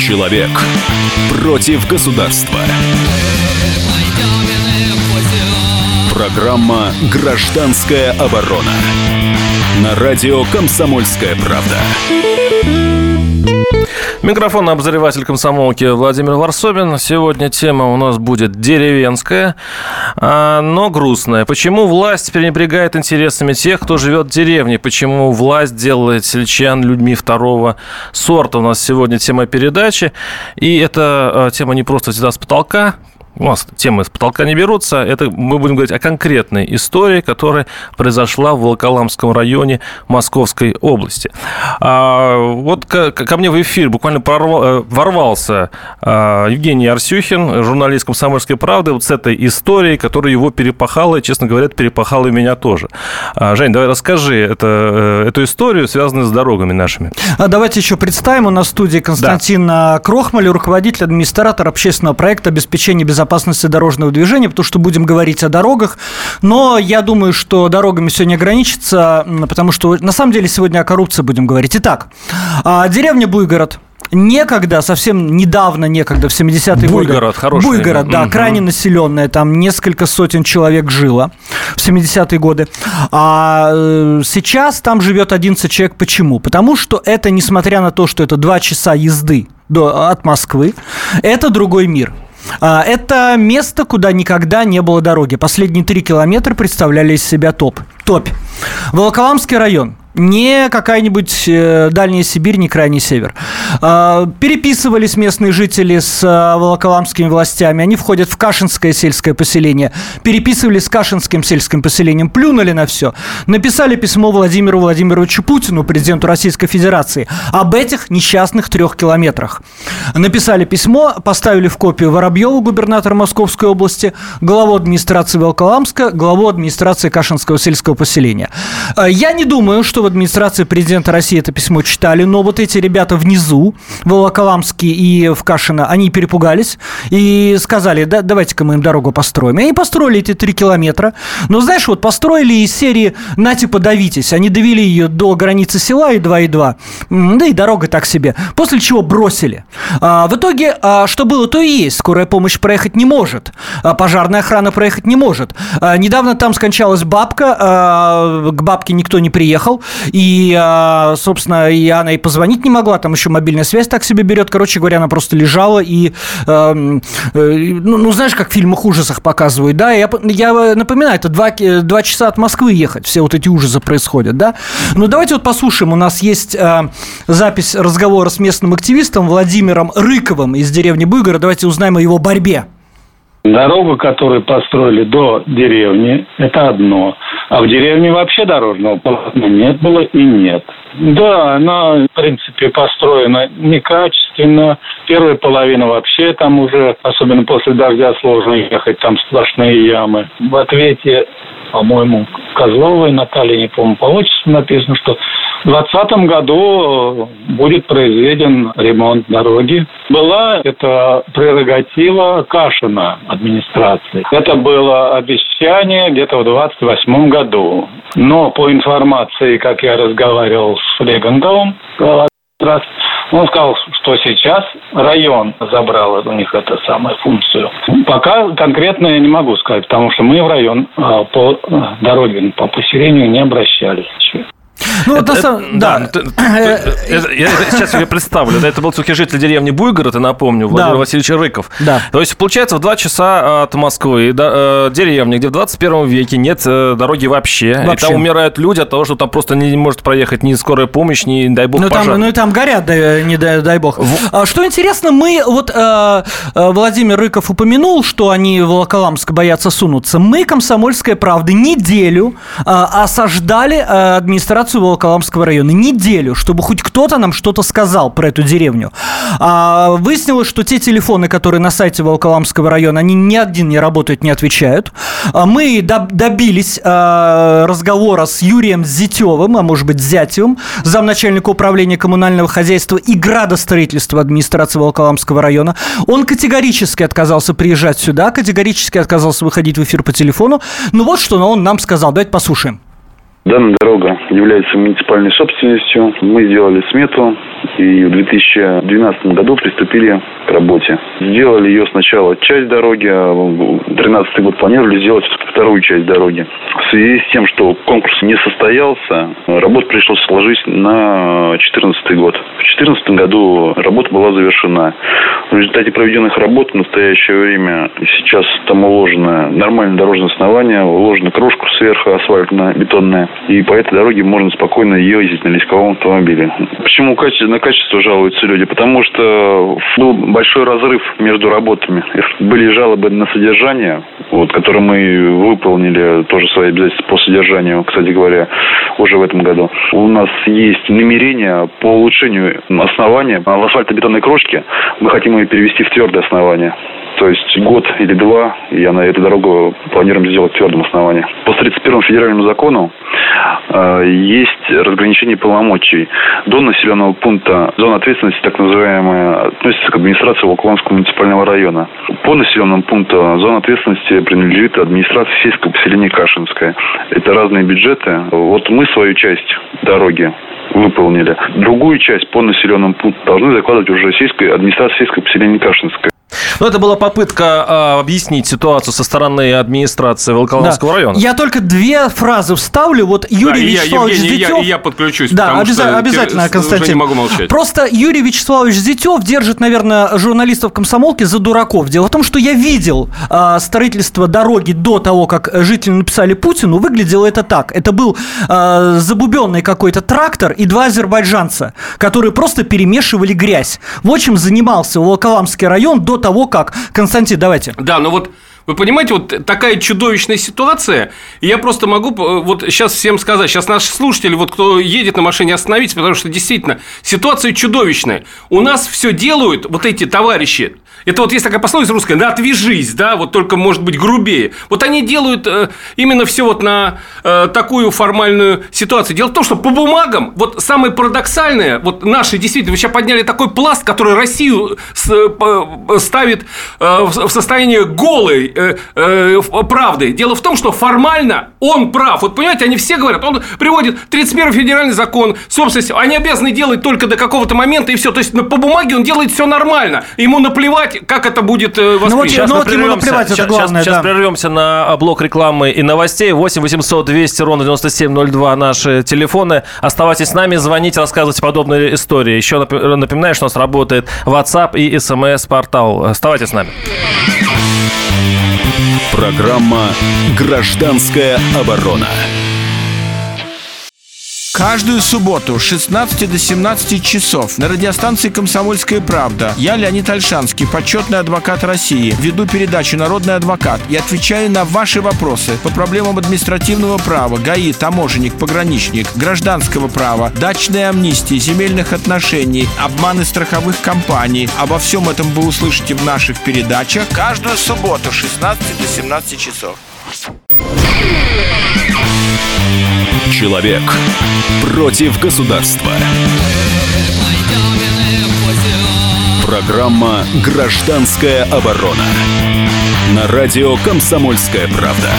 Человек против государства. Программа «Гражданская оборона». На радио «Комсомольская правда». Микрофон обозреватель комсомолки Владимир Варсобин. Сегодня тема у нас будет деревенская, но грустная. Почему власть пренебрегает интересами тех, кто живет в деревне? Почему власть делает сельчан людьми второго сорта? У нас сегодня тема передачи. И эта тема не просто взята с потолка. У нас темы с потолка не берутся. Это мы будем говорить о конкретной истории, которая произошла в Волоколамском районе Московской области. Вот ко мне в эфир буквально ворвался Евгений Арсюхин, журналист «Комсомольской правды», вот с этой историей, которая его перепахала, и, честно говоря, перепахала и меня тоже. Жень, давай расскажи эту историю, связанную с дорогами нашими. Давайте еще представим. У нас в студии Константин Крохмаль, руководитель, администратор общественного проекта обеспечения безопасности дорожного движения, потому что будем говорить о дорогах. Но я думаю, что дорогами сегодня ограничится, потому что на самом деле сегодня о коррупции будем говорить. Итак, деревня Буйгород. Некогда, совсем недавно, в 70-е годы. Буйгород, хороший. Буйгород, да, крайне населенная, там несколько сотен человек жило в 70-е годы. А сейчас там живет 11 человек. Почему? Потому что это, несмотря на то, что это 2 часа езды от Москвы, это другой мир. Это место, куда никогда не было дороги. Последние 3 километра представляли из себя топь. Волоколамский район. Не какая-нибудь Дальняя Сибирь, не Крайний Север. Переписывались местные жители с волоколамскими властями. Они входят в Кашинское сельское поселение. Переписывались с Кашинским сельским поселением. Плюнули на все. Написали письмо Владимиру Владимировичу Путину, президенту Российской Федерации, об этих несчастных 3 километрах. Написали письмо, поставили в копию Воробьеву, губернатора Московской области, главу администрации Волоколамска, главу администрации Кашинского сельского поселения. Я не думаю, что в администрации президента России это письмо читали, но вот эти ребята внизу, в Волоколамске и в Кашино, они перепугались и сказали, давайте-ка мы им дорогу построим. И они построили эти 3 километра. Но, знаешь, вот построили из серии подавитесь. Они довели ее до границы села и 2,2. Да и дорога так себе. После чего бросили. В итоге, что было, то и есть. Скорая помощь проехать не может. Пожарная охрана проехать не может. Недавно там скончалась бабка. К бабке никто не приехал. И, собственно, и она и позвонить не могла, там еще мобильная связь так себе берет. Короче говоря, она просто лежала и, знаешь, как в фильмах ужасах показывают, да? Я напоминаю, это 2 часа от Москвы ехать, все вот эти ужасы происходят, да? Ну, давайте вот послушаем, у нас есть запись разговора с местным активистом Владимиром Рыковым из деревни Буйгород. Давайте узнаем о его борьбе. Дорогу, которую построили до деревни, это одно. А в деревне вообще дорожного полотна нет было и нет. Да, она, в принципе, построена некачественно. Первая половина вообще там уже, особенно после дождя, сложно ехать, там сплошные ямы. В ответе, по-моему, Козловой Натальи, не помню по отчеству, написано, что в 2020 году будет произведен ремонт дороги. Была это прерогатива Кашина администрации. Это было обещание где-то в 2028 году. Но по информации, как я разговаривал с Флегандовым, он сказал, что сейчас район забрал у них эту самую функцию. Пока конкретно я не могу сказать, потому что мы в район по дороге, по поселению не обращались еще. Я сейчас себе представлю. Это был все-таки житель деревни Буйгород, я напомню, Владимир Васильевич Рыков. Да. То есть, получается, в 2 часа от Москвы деревня, где в 21 веке нет дороги вообще. И там умирают люди от того, что там просто не может проехать ни скорая помощь, ни, дай бог, пожар. И там горят, не дай бог. Что интересно, Владимир Рыков упомянул, что они в Волоколамск боятся сунуться. Мы, «Комсомольская правда», неделю осаждали администрацию Волоколамского района. Неделю, чтобы хоть кто-то нам что-то сказал про эту деревню. Выяснилось, что те телефоны, которые на сайте Волоколамского района, они ни один не работают, не отвечают. Мы добились разговора с Юрием Зятевым, а может быть Зятевым, замначальника управления коммунального хозяйства и градостроительства администрации Волоколамского района. Он категорически отказался приезжать сюда, категорически отказался выходить в эфир по телефону. Ну вот что он нам сказал. Давайте послушаем. Данная дорога является муниципальной собственностью. Мы сделали смету И в 2012 году приступили к работе. Сделали ее сначала часть дороги, а в 2013 год планировали сделать вторую часть дороги. В связи с тем, что конкурс не состоялся, работу пришлось сложить на 2014 год. В 2014 году работа была завершена. В результате проведенных работ в настоящее время сейчас там уложено нормальное дорожное основание, уложена крошка сверху асфальтно-бетонная. И по этой дороге можно спокойно ездить на легковом автомобиле. Почему на качество жалуются люди? Потому что был большой разрыв между работами. Были жалобы на содержание, которые мы выполнили тоже свои обязательства по содержанию, кстати говоря, уже в этом году. У нас есть намерение по улучшению основания в асфальтобетонной крошке. Мы хотим ее перевести в твердое основание. То есть год или два, и на эту дорогу планируем сделать в твердом основании. По 31-му федеральному закону есть разграничение полномочий. До населенного пункта зона ответственности, так называемая, относится к администрации Волоколамского муниципального района. По населенному пункту зона ответственности принадлежит администрации сельского поселения Кашинское. Это разные бюджеты. Мы свою часть дороги выполнили. Другую часть по населенному пункту должны закладывать уже администрация сельского поселения Кашинское. Это была попытка объяснить ситуацию со стороны администрации Волоколамского района. Я только две фразы вставлю. Юрий Вячеславович Зитев... Я подключусь, да, обязательно, Константин. Не могу молчать. Просто Юрий Вячеславович Зитев держит, наверное, журналистов комсомолки за дураков. Дело в том, что я видел строительство дороги до того, как жители написали Путину. Выглядело это так. Это был забубенный какой-то трактор и два азербайджанца, которые просто перемешивали грязь. Вот чем занимался Волоколамский район до того, как... Константин, давайте. Да, вы понимаете, такая чудовищная ситуация, и я просто могу сейчас всем сказать, сейчас наши слушатели, кто едет на машине, остановитесь, потому что действительно ситуация чудовищная. У нас все делают эти товарищи. Это есть такая пословица русская: да отвяжись, да, только может быть грубее. Они делают именно все на такую формальную ситуацию. Дело в том, что по бумагам, самое парадоксальное, наши действительно, вы сейчас подняли такой пласт, который Россию ставит в состояние голой правды. Дело в том, что формально он прав. Понимаете, они все говорят, он приводит 31-й федеральный закон, собственность, они обязаны делать только до какого-то момента, и все. То есть по бумаге он делает все нормально. Ему наплевать, как это будет воспринято. Сейчас прервемся на блок рекламы и новостей. 8 800 200 ровно 9702 наши телефоны. Оставайтесь с нами, звоните, рассказывайте подобные истории. Еще напоминаю, что у нас работает WhatsApp и SMS-портал. Оставайтесь с нами. Программа «Гражданская оборона». Каждую субботу с 16 до 17 часов на радиостанции «Комсомольская правда» я, Леонид Ольшанский, почетный адвокат России, веду передачу «Народный адвокат» и отвечаю на ваши вопросы по проблемам административного права, ГАИ, таможенник, пограничник, гражданского права, дачной амнистии, земельных отношений, обманы страховых компаний. Обо всем этом вы услышите в наших передачах каждую субботу с 16 до 17 часов. Человек против государства. Программа «Гражданская оборона». На радио «Комсомольская правда».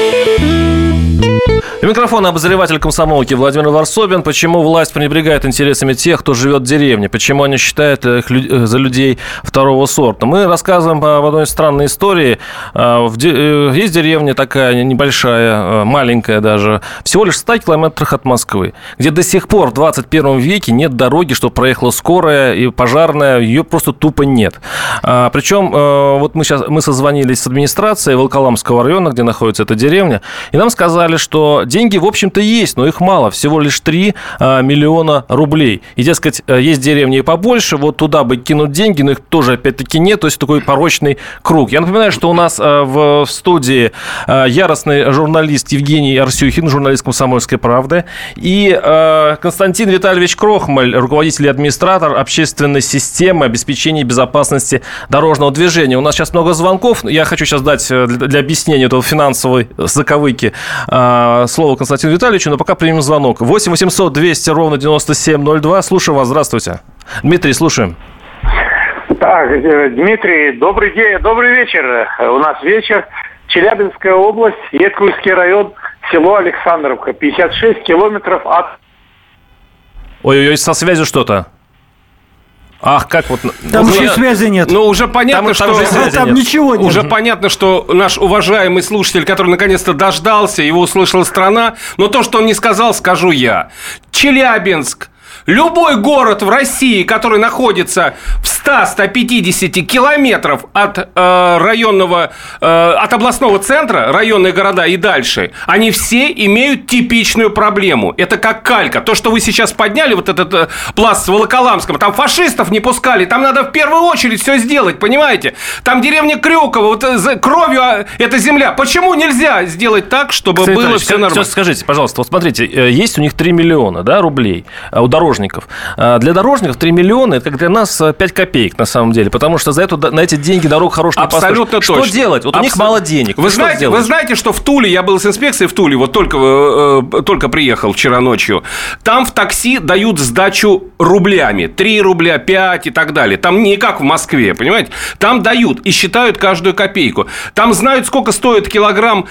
У микрофона обозреватель комсомолки Владимир Варсобин. Почему власть пренебрегает интересами тех, кто живет в деревне? Почему они считают их за людей второго сорта? Мы рассказываем об одной странной истории. Есть деревня такая небольшая, маленькая даже, всего лишь в 100 километрах от Москвы, где до сих пор в 21 веке нет дороги, чтобы проехала скорая и пожарная, ее просто тупо нет. Причем мы созвонились с администрацией Волоколамского района, где находится эта деревня, и нам сказали, что деньги, в общем-то, есть, но их мало. Всего лишь 3 миллиона рублей. И, дескать, есть деревни и побольше, туда бы кинуть деньги, но их тоже, опять-таки, нет. То есть, такой порочный круг. Я напоминаю, что у нас в студии яростный журналист Евгений Арсюхин, журналист «Комсомольской правды», и Константин Витальевич Крохмаль, руководитель и администратор общественной системы обеспечения безопасности дорожного движения. У нас сейчас много звонков. Я хочу сейчас дать для объяснения этого финансовой заковыки слово Константину Витальевичу, но пока примем звонок. 8 800 200 ровно 9702. Слушаю вас. Здравствуйте. Дмитрий, слушаем. Так, Дмитрий, добрый день, добрый вечер. У нас вечер. Челябинская область, Якутский район, село Александровка, 56 километров от... Ой-ой-ой, со связью что-то. Ах, как вот... Там еще связи нет. Ну, уже понятно, что... Там ничего нет. Уже понятно, что наш уважаемый слушатель, который наконец-то дождался, его услышала страна, но то, что он не сказал, скажу я. Челябинск. Любой город в России, который находится в 100-150 километров от районного, от областного центра, районные города и дальше, они все имеют типичную проблему. Это как калька. То, что вы сейчас подняли, вот этот пласт с Волоколамском, там фашистов не пускали, там надо в первую очередь все сделать, понимаете? Там деревня Крюково, вот кровью эта земля. Почему нельзя сделать так, чтобы Кстати, было все нормально? Скажите, пожалуйста, вот смотрите, есть у них 3 миллиона, да, рублей у дорожников. Для дорожников 3 миллиона – это как для нас 5 копеек, на самом деле, потому что на эти деньги дорогу хорошую не построишь. Абсолютно точно. Что делать? Вот у них мало денег. Вы знаете, что в Туле, я был с инспекцией в Туле, вот только приехал вчера ночью, там в такси дают сдачу рублями, 3 рубля, 5 и так далее. Там не как в Москве, понимаете? Там дают и считают каждую копейку. Там знают, сколько стоит килограмм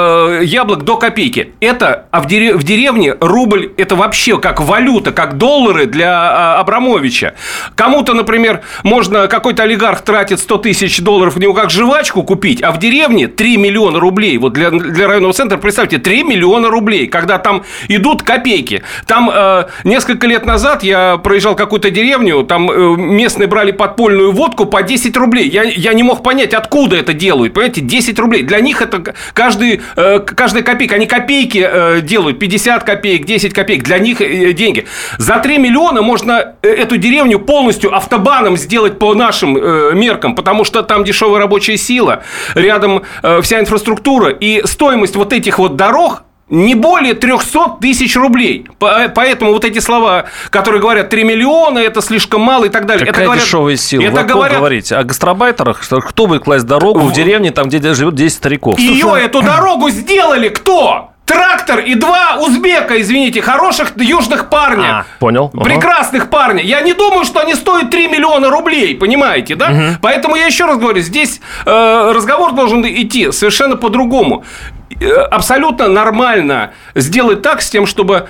яблок до копейки. А в деревне рубль – это вообще как валюта, как доллары для Абрамовича. Кому-то, например, какой-то олигарх тратит 100 тысяч долларов в него как жвачку купить, а в деревне 3 миллиона рублей. Вот для районного центра, представьте, 3 миллиона рублей, когда там идут копейки. Там несколько лет назад я проезжал какую-то деревню, там местные брали подпольную водку по 10 рублей. Я не мог понять, откуда это делают. Понимаете, 10 рублей. Для них это каждая копейка. Они копейки делают, 50 копеек, 10 копеек. Для них деньги. За 3 миллиона можно эту деревню полностью автобаном сделать по нашим меркам, потому что там дешевая рабочая сила, рядом вся инфраструктура, и стоимость вот этих вот дорог не более 300 тысяч рублей. Поэтому вот эти слова, которые говорят 3 миллиона, это слишком мало и так далее. Какая дешевая сила? Вы о ком говорите? О гастробайтерах? Кто будет класть дорогу в деревне, там, где живет 10 стариков? Эту дорогу сделали кто? Трактор и 2 узбека, извините, хороших южных парня. Понял. Прекрасных парня. Я не думаю, что они стоят 3 миллиона рублей, понимаете, да? Поэтому я еще раз говорю, здесь разговор должен идти совершенно по-другому. Абсолютно нормально сделать так с тем, чтобы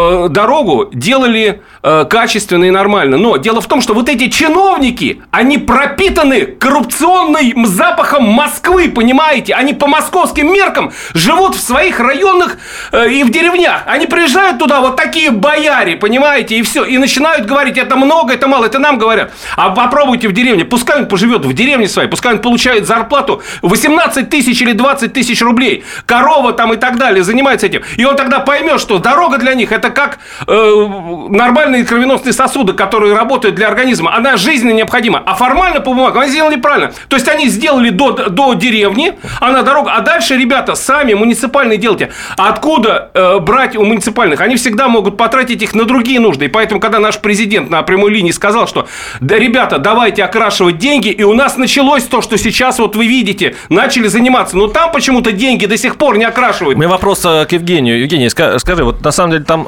дорогу делали качественно и нормально. Но дело в том, что вот эти чиновники, они пропитаны коррупционным запахом Москвы, понимаете? Они по московским меркам живут в своих районах и в деревнях. Они приезжают туда, вот такие бояре, понимаете, и все. И начинают говорить, это много, это мало, это нам говорят. А попробуйте в деревне, пускай он поживет в деревне своей, пускай он получает зарплату 18 тысяч или 20 тысяч рублей. Корова там и так далее занимается этим. И он тогда поймет, что дорога для них это как нормальные кровеносные сосуды, которые работают для организма. Она жизненно необходима. А формально по бумагам они сделали правильно. То есть они сделали до деревни, она дорога. А дальше, ребята, сами муниципальные делайте. А откуда брать у муниципальных? Они всегда могут потратить их на другие нужды. И поэтому, когда наш президент на прямой линии сказал, что да, ребята, давайте окрашивать деньги, и у нас началось то, что сейчас вот вы видите, начали заниматься. Но там почему-то деньги до сих пор не окрашивают. У меня вопрос к Евгению. Евгений, скажи, вот на самом деле там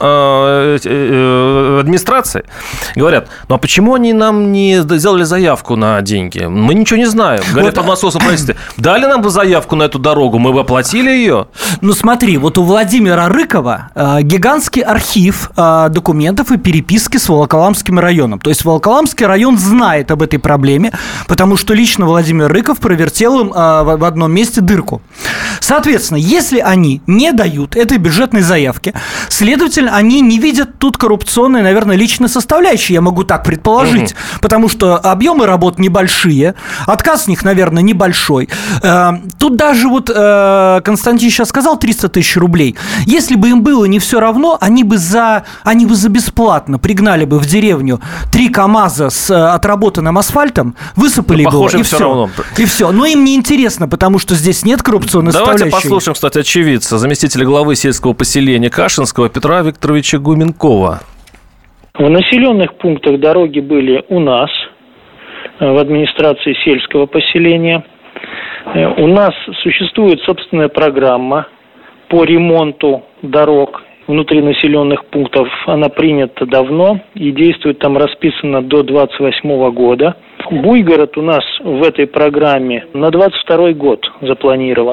администрации говорят, ну а почему они нам не сделали заявку на деньги? Мы ничего не знаем. Говорят, в московском правительстве, дали нам бы заявку на эту дорогу, мы бы оплатили ее. Ну смотри, вот у Владимира Рыкова гигантский архив документов и переписки с Волоколамским районом. То есть Волоколамский район знает об этой проблеме, потому что лично Владимир Рыков провертел им в одном месте дырку. Соответственно, если они не дают этой бюджетной заявки, следовательно, они не видят тут коррупционной, наверное, личной составляющей, я могу так предположить, потому что объемы работ небольшие, отказ с них, наверное, небольшой. Тут даже вот Константин сейчас сказал 300 тысяч рублей. Если бы им было не все равно, они бы за бесплатно пригнали бы в деревню 3 КАМАЗа с отработанным асфальтом, высыпали его, и все. И все. Но им не интересно, потому что здесь нет коррупционной составляющей. Давайте послушаем, кстати, очевидца, заместителя главы сельского поселения Кашинского Петра Викторовича Гуменкова. В населенных пунктах дороги были у нас, в администрации сельского поселения. У нас существует собственная программа по ремонту дорог внутри населенных пунктов. Она принята давно и действует там расписано до 2028 года. Буйгород у нас в этой программе на 2022 год запланирован.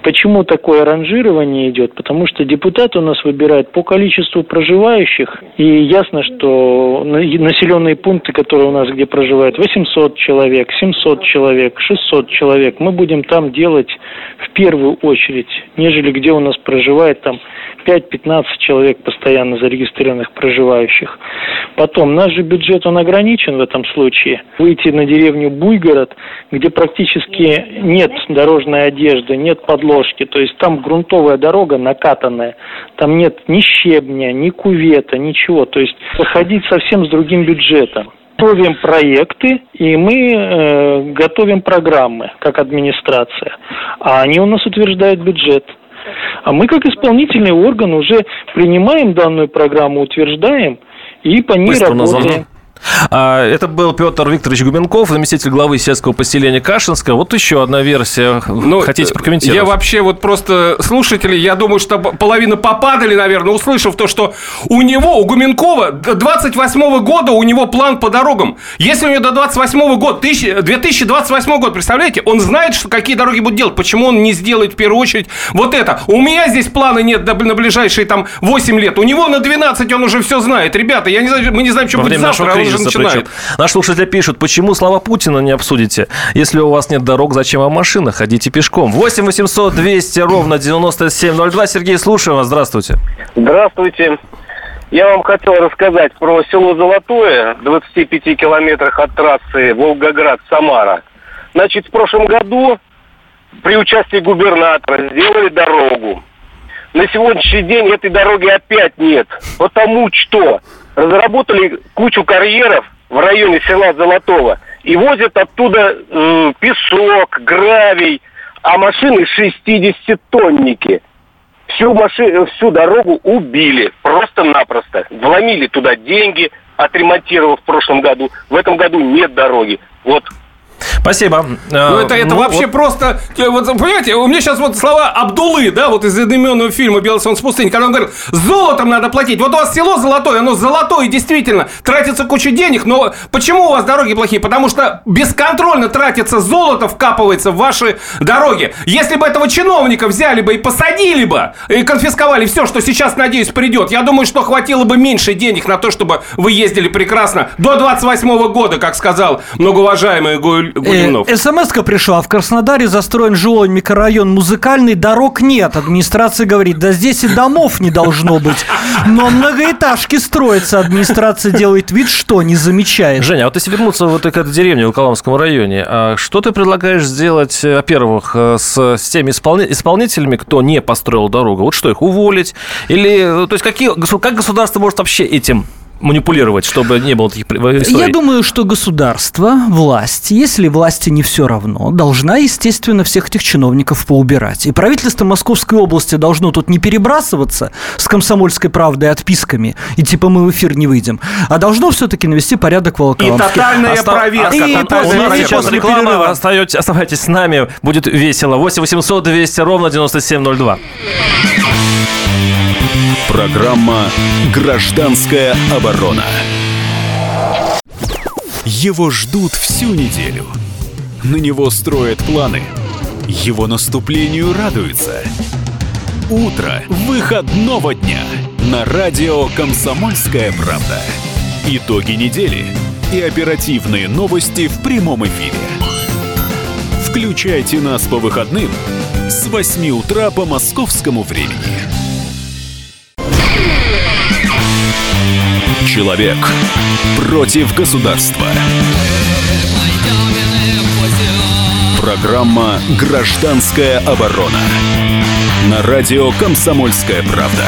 Почему такое ранжирование идет? Потому что депутаты у нас выбирают по количеству проживающих, и ясно, что населенные пункты, которые у нас, где проживают 800 человек, 700 человек, 600 человек, мы будем там делать в первую очередь, нежели где у нас проживает там 5-15 человек постоянно зарегистрированных проживающих. Потом, наш же бюджет, он ограничен в этом случае. Выйти на деревню Буйгород, где практически нет дорожной одежды, нет подложки, то есть там грунтовая дорога накатанная, там нет ни щебня, ни кювета, ничего, то есть заходить совсем с другим бюджетом. Готовим проекты, и мы готовим программы, как администрация, а они у нас утверждают бюджет. А мы, как исполнительный орган, уже принимаем данную программу, утверждаем и по ней работаем. Это был Петр Викторович Губенков, заместитель главы сельского поселения Кашинское. Вот еще одна версия. Хотите прокомментировать? Я вообще вот просто слушатели, я думаю, что половина попадали, наверное, услышав то, что у него, у Гуменкова, до 28 года у него план по дорогам. Если у него до 28 года, 2028 год, представляете, он знает, что какие дороги будут делать. Почему он не сделает в первую очередь вот это? У меня здесь плана нет на ближайшие там 8 лет. У него на 12 он уже все знает. Ребята, я не знаю, мы не знаем, что будет завтра. Наши слушатели пишут, почему слова Путина не обсудите? Если у вас нет дорог, зачем вам машина? Ходите пешком. 8 800 200 ровно 9702. Сергей, слушаем вас. Здравствуйте. Здравствуйте. Я вам хотел рассказать про село Золотое, в 25 километрах от трассы Волгоград-Самара. Значит, в прошлом году при участии губернатора сделали дорогу. На сегодняшний день этой дороги опять нет. Потому что разработали кучу карьеров в районе села Золотого и возят оттуда песок, гравий, а машины 60-тонники. Всю дорогу убили просто-напросто. Вломили туда деньги, отремонтировав в прошлом году. В этом году нет дороги. Вот. Спасибо. Это вообще просто... Вот, понимаете, у меня сейчас вот слова Абдулы, да, вот из одноименного фильма «Белый солнце пустыни», когда он говорит, золотом надо платить. Вот у вас село Золотое, оно золотое, действительно, тратится куча денег, но почему у вас дороги плохие? Потому что бесконтрольно тратится золото, вкапывается в ваши дороги. Если бы этого чиновника взяли бы и посадили бы, и конфисковали все, что сейчас, надеюсь, придет, я думаю, что хватило бы меньше денег на то, чтобы вы ездили прекрасно до 28 года, как сказал многоуважаемый Гульнов. СМС-ка пришла. В Краснодаре застроен жилой микрорайон музыкальный, дорог нет. Администрация говорит, да здесь и домов не должно быть. Но многоэтажки строятся. Администрация делает вид, что не замечает. Женя, а вот если вернуться вот к этой деревне в Волоколамском районе, что ты предлагаешь сделать, во-первых, с теми исполнителями, кто не построил дорогу? Вот что, их уволить? Или, то есть, как государство может вообще этим манипулировать, чтобы не было таких историй? Я думаю, что государство, власть, если власти не все равно, должна, естественно, всех этих чиновников поубирать. И правительство Московской области должно тут не перебрасываться с «Комсомольской правдой» отписками, и типа мы в эфир не выйдем, а должно все-таки навести порядок в Волоколамске. И тотальная проверка. У нас сейчас реклама. Оставайтесь с нами, будет весело. 8 800 200 ровно 9702. Программа «Гражданская оборона». Его ждут всю неделю. На него строят планы. Его наступлению радуются. Утро выходного дня на радио «Комсомольская правда». Итоги недели и оперативные новости в прямом эфире. Включайте нас по выходным с 8 утра по московскому времени. Человек против государства. Программа «Гражданская оборона». На радио «Комсомольская правда».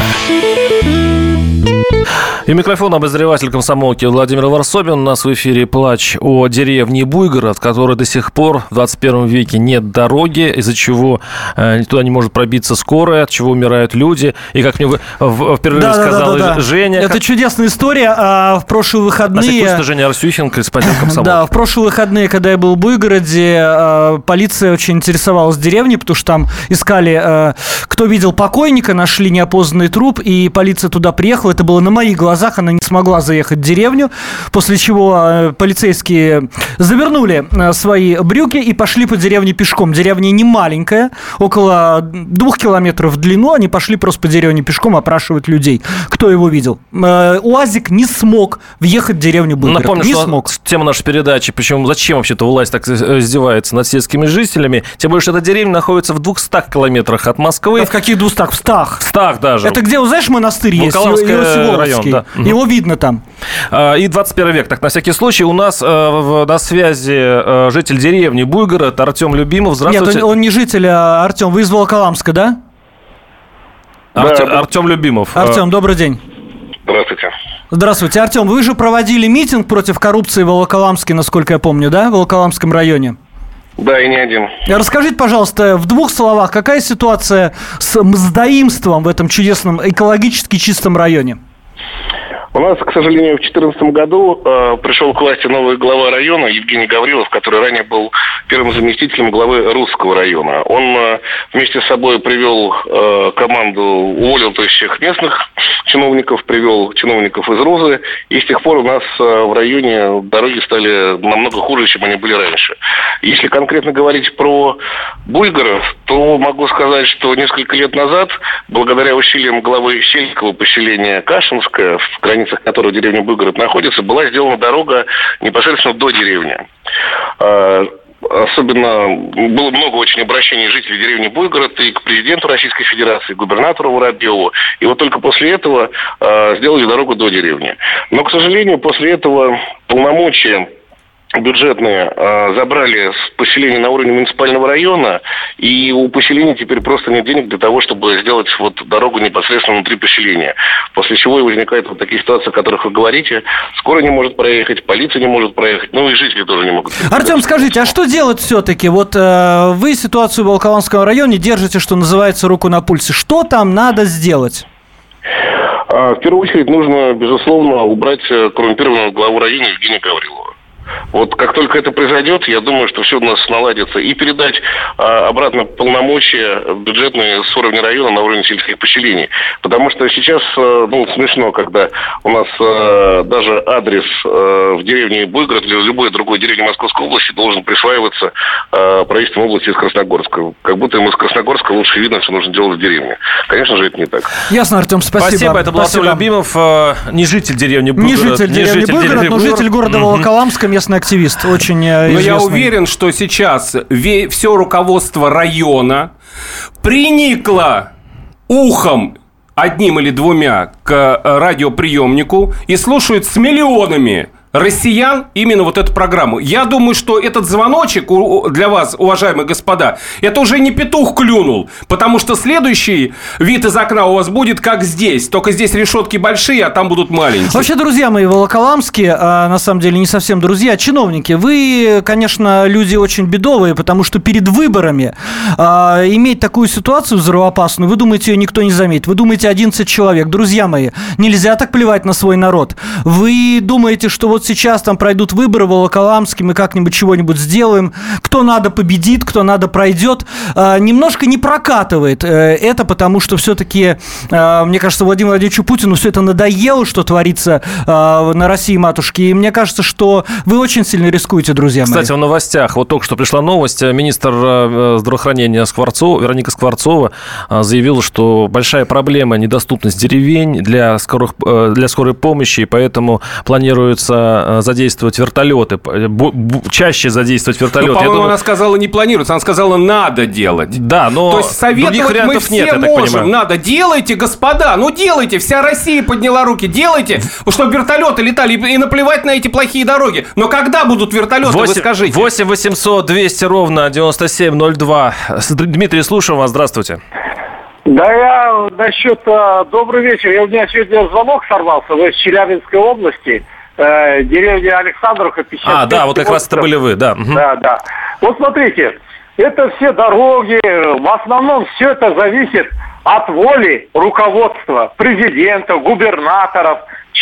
И микрофон обозреватель комсомолки Владимир Варсобин. У нас в эфире плач о деревне Буйгород, которой до сих пор в 21 веке нет дороги, из-за чего туда не может пробиться скорая, от чего умирают люди. И как мне в перерыве сказала Женя... Это чудесная история. В прошлые выходные... А Женя Арсюхин, корреспондент комсомолки. Да, в прошлые выходные, когда я был в Буйгороде, полиция очень интересовалась деревней, потому что там искали, кто видел покойника, нашли неопознанный труп, и полиция туда приехала. Это было на моих глазах она не смогла заехать в деревню, после чего полицейские завернули свои брюки и пошли по деревне пешком. Деревня не маленькая, около 2 километров в длину, они пошли просто по деревне пешком опрашивать людей, кто его видел. УАЗик не смог въехать в деревню Буйгород. Напомню, что тема нашей передачи, почему, зачем вообще-то власть так издевается над сельскими жителями, тем более, что эта деревня находится в 200 километрах от Москвы. А в каких 200? В 100. В 100 даже. Это где, знаешь, монастырь есть? Волоколамский район, да. Его видно там. И 21 век. Так, на всякий случай, у нас на связи житель деревни Буйгород Артем Любимов. Здравствуйте. Нет, он не житель, а Артем. Вы из Волоколамска, да? Артем Любимов. Артем, добрый день. Здравствуйте. Здравствуйте. Артем, вы же проводили митинг против коррупции в Волоколамске, насколько я помню, да? В Волоколамском районе. Да, и не один. Расскажите, пожалуйста, в 2 словах, какая ситуация с мздоимством в этом чудесном, экологически чистом районе? У нас, к сожалению, в 2014 году пришел к власти новый глава района Евгений Гаврилов, который ранее был первым заместителем главы Русского района. Он вместе с собой привел команду, уволил тощих местных чиновников, привел чиновников из Рузы, и с тех пор у нас в районе дороги стали намного хуже, чем они были раньше. Если конкретно говорить про Буйгород, то могу сказать, что несколько лет назад, благодаря усилиям главы сельского поселения Кашинское, в границах которого деревня Буйгород находится, была сделана дорога непосредственно до деревни. Особенно было много очень обращений жителей деревни Буйгород и к президенту Российской Федерации, и к губернатору Воробьеву. И вот только после этого сделали дорогу до деревни. Но, к сожалению, после этого полномочия бюджетные забрали с поселения на уровне муниципального района, и у поселения теперь просто нет денег для того, чтобы сделать вот дорогу непосредственно внутри поселения. После чего и возникают вот такие ситуации, о которых вы говорите. Скорая не может проехать, полиция не может проехать, ну и жители тоже не могут. Артем, скажите, а что делать все-таки? Вот вы ситуацию в Волоколамском районе держите, что называется, руку на пульсе. Что там надо сделать? В первую очередь нужно, безусловно, убрать коррумпированного главу района Евгения Гаврилова. Вот как только это произойдет, я думаю, что все у нас наладится. И передать обратно полномочия бюджетные с уровня района на уровень сельских поселений. Потому что сейчас, смешно, когда у нас даже адрес в деревне Буйгород или в любой другой деревне Московской области должен присваиваться правительством области из Красногорска. Как будто им из Красногорска лучше видно, что нужно делать в деревне. Конечно же, это не так. Ясно, Артем, спасибо. Спасибо, это был Артем Любимов, не житель деревни Буйгород. Не житель деревни Буйгород, но житель города Волоколамска, местный активист, очень известный. Но я уверен, что сейчас все руководство района приникло ухом одним или двумя к радиоприемнику и слушают с миллионами россиян именно вот эту программу. Я думаю, что этот звоночек для вас, уважаемые господа, это уже не петух клюнул, потому что следующий вид из окна у вас будет как здесь, только здесь решетки большие, а там будут маленькие. Вообще, друзья мои, волоколамские, на самом деле не совсем друзья, чиновники, вы, конечно, люди очень бедовые, потому что перед выборами иметь такую ситуацию взрывоопасную, вы думаете, ее никто не заметит, вы думаете, 11 человек. Друзья мои, нельзя так плевать на свой народ. Вы думаете, что вот сейчас там пройдут выборы в Волоколамске, мы как-нибудь чего-нибудь сделаем, кто надо победит, кто надо пройдет. Немножко не прокатывает это, потому что все-таки, мне кажется, Владимиру Владимировичу Путину все это надоело, что творится на России, матушки. И мне кажется, что вы очень сильно рискуете, друзья мои. Кстати, в новостях, вот только что пришла новость, министр здравоохранения Вероника Скворцова заявила, что большая проблема недоступность деревень для скорой помощи, и поэтому планируется задействовать вертолеты, чаще задействовать вертолеты. Ну, по-моему, она сказала, не планируется, она сказала, надо делать. Да, но то есть советовать мы все нет, можем. Надо, делайте, господа, делайте, вся Россия подняла руки, делайте, чтобы вертолеты летали, и наплевать на эти плохие дороги. Но когда будут вертолеты, вы скажите? 8 800 200 ровно 9702. Дмитрий, слушаем вас, здравствуйте. Да, я насчет... Добрый вечер. У меня сегодня звонок сорвался из Челябинской области. Деревня Александровка, 55. Да, вот как раз это были вы, да. Да. Вот смотрите, это все дороги, в основном все это зависит от воли руководства, президента, губернаторов,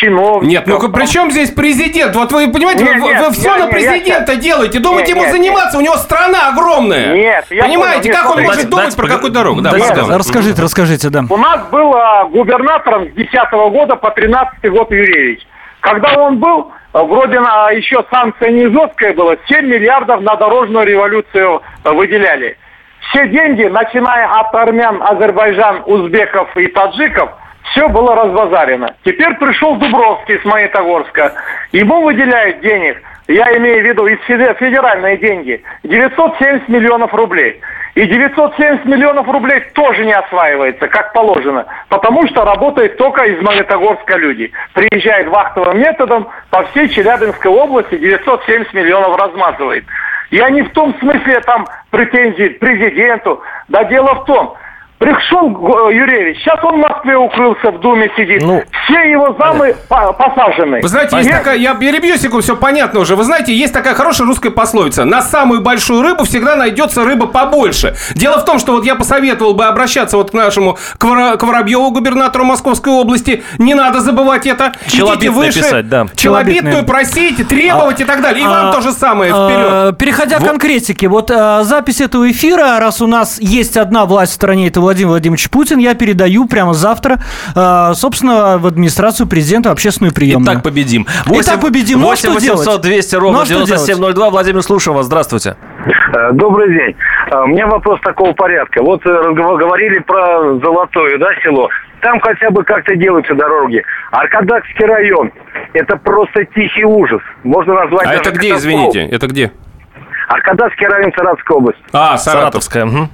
чиновников. Нет, ну при чем здесь президент? Вот вы понимаете, вы все на президента делаете. Думаете, ему заниматься? У него страна огромная. Нет, понимаете, как он может думать про какую дорогу? Расскажите, да. У нас был губернатором с 2010 года по 2013 год Юрьевич. Когда он был, вроде еще санкция не жесткая была, 7 миллиардов на дорожную революцию выделяли. Все деньги, начиная от армян, азербайджан, узбеков и таджиков, все было разбазарено. Теперь пришел Дубровский с Магнитогорска. Ему выделяют денег, я имею в виду из федеральные деньги, 970 миллионов рублей. И 970 миллионов рублей тоже не осваивается, как положено. Потому что работают только из Магнитогорска люди. Приезжают вахтовым методом по всей Челябинской области, 970 миллионов размазывает. Я не в том смысле там претензий к президенту. Да дело в том, пришел Юрьевич, сейчас он в Москве укрылся, в Думе сидит. Все его замы посажены. Вы знаете, есть такая, я перебью секунду, все понятно уже. Вы знаете, есть такая хорошая русская пословица. На самую большую рыбу всегда найдется рыба побольше. Дело в том, что вот я посоветовал бы обращаться вот к нашему, к Воробьеву, губернатору Московской области. Не надо забывать это. Идите выше, писать, да. челобитную просить, требовать и так далее. И вам то же самое вперед. Переходя к конкретике, вот запись этого эфира, раз у нас есть одна власть в стране, это Владимир Владимирович Путин, я передаю прямо завтра, собственно, в администрацию президента общественную приемную. Итак, победим. 8 800 200 ровно 9702. Владимир, слушаю вас. Здравствуйте. Добрый день. У меня вопрос такого порядка. Вот говорили про Золотое, да, село. Там хотя бы как-то делаются дороги. Аркадакский район. Это просто тихий ужас. Можно назвать... А это где, извините? Это где? Аркадакский район, Саратовской области. Саратовская. Угу.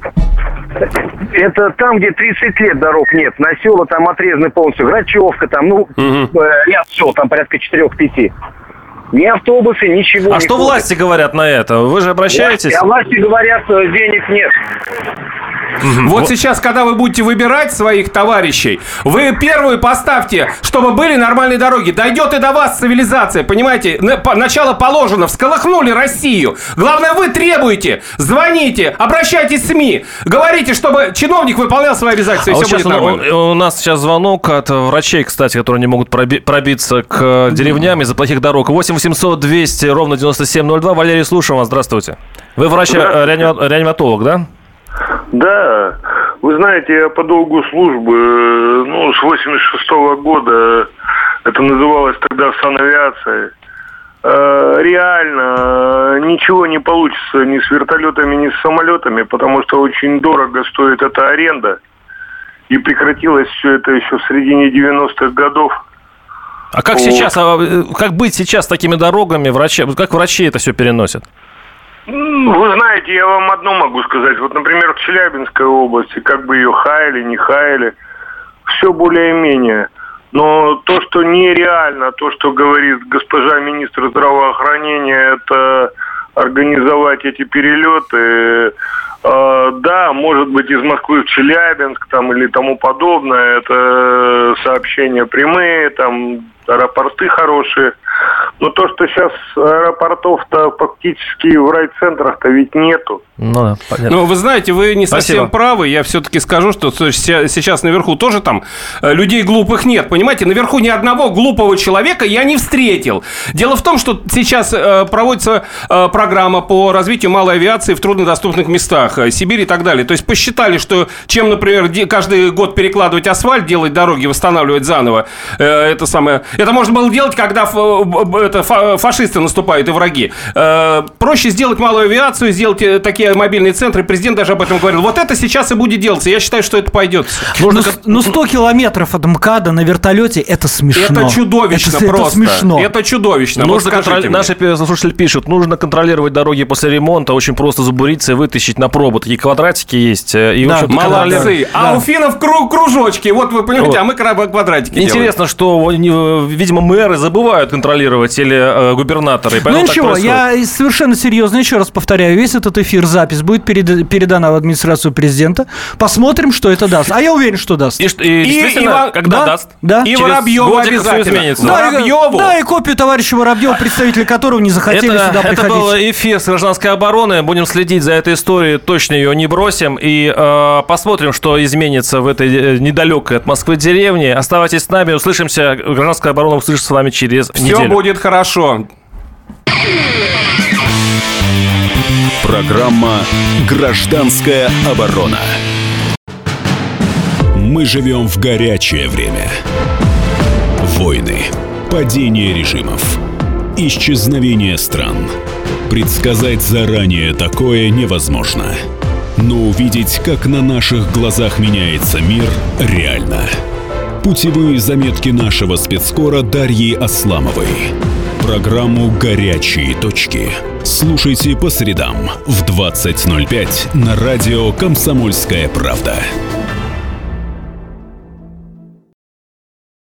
Это там, где 30 лет дорог нет. На села там отрезаны полностью. Грачевка там, ряд сел, там порядка 4-5. Ни автобусы, ничего. А что власти говорят на это? Вы же обращаетесь? Власти говорят, денег нет. Вот сейчас, когда вы будете выбирать своих товарищей, вы первую поставьте, чтобы были нормальные дороги. Дойдет и до вас цивилизация, понимаете? Начало положено, всколыхнули Россию. Главное, вы требуете, звоните, обращайтесь в СМИ, говорите, чтобы чиновник выполнял свои обязательства, и все будет нормально. У нас сейчас звонок от врачей, кстати, которые не могут пробиться к деревням из-за плохих дорог. 8 800 200 ровно 9702. Валерий, слушаем вас. Здравствуйте. Вы врач-реаниматолог, да? Да, вы знаете, я по долгу службы, с 86-го года, это называлось тогда санавиация, реально ничего не получится ни с вертолетами, ни с самолетами, потому что очень дорого стоит эта аренда, и прекратилось все это еще в середине 90-х годов. А как сейчас, как быть сейчас с такими дорогами, как врачи это все переносят? Вы знаете, я вам одно могу сказать. Вот, например, в Челябинской области, как бы ее хаяли, не хаяли, все более-менее. Но то, что нереально, то, что говорит госпожа министр здравоохранения, это организовать эти перелеты. Да, может быть, из Москвы в Челябинск там, или тому подобное. Это сообщения прямые, там аэропорты хорошие. Но то, что сейчас аэропортов-то фактически в райцентрах-то ведь нету. Да, понятно. Ну, вы знаете, вы не совсем правы. Я все-таки скажу, что сейчас наверху тоже там людей глупых нет. Понимаете, наверху ни одного глупого человека я не встретил. Дело в том, что сейчас проводится программа по развитию малой авиации в труднодоступных местах, Сибирь и так далее. То есть посчитали, что чем, например, каждый год перекладывать асфальт, делать дороги, восстанавливать заново, это можно было делать, когда фашисты наступают и враги. Проще сделать малую авиацию, сделать такие мобильные центры. Президент даже об этом говорил. Вот это сейчас и будет делаться. Я считаю, что это пойдет. 100 километров от МКАДа на вертолете – это смешно. Это чудовищно просто. Это смешно. Это чудовищно. Наши слушатели пишут, нужно контролировать дороги после ремонта. Очень просто забуриться и вытащить на пробу. Такие квадратики есть. И, да, молодцы. А у финнов кружочки. Вот вы понимаете, а мы квадратики Интересно, делаем. что, видимо, мэры забывают контролировать хотели губернаторы. Ну ничего, я совершенно серьезно еще раз повторяю, весь этот эфир, запись будет передана в администрацию президента. Посмотрим, что это даст. А я уверен, что даст. И действительно, когда даст? Да. И Воробьеву обязательно. Да, и копию товарища Воробьева, представители которого не захотели сюда приходить. Это был эфир с гражданской обороны. Будем следить за этой историей, точно ее не бросим. И посмотрим, что изменится в этой недалекой от Москвы деревне. Оставайтесь с нами, услышимся. Гражданская оборона услышится с вами через неделю. Все будет хорошо. Программа «Гражданская оборона». Мы живем в горячее время. Войны, падение режимов, исчезновение стран. Предсказать заранее такое невозможно. Но увидеть, как на наших глазах меняется мир, реально. Путевые заметки нашего спецкора Дарьи Асламовой. Программу «Горячие точки» слушайте по средам в 20:05 на радио «Комсомольская правда».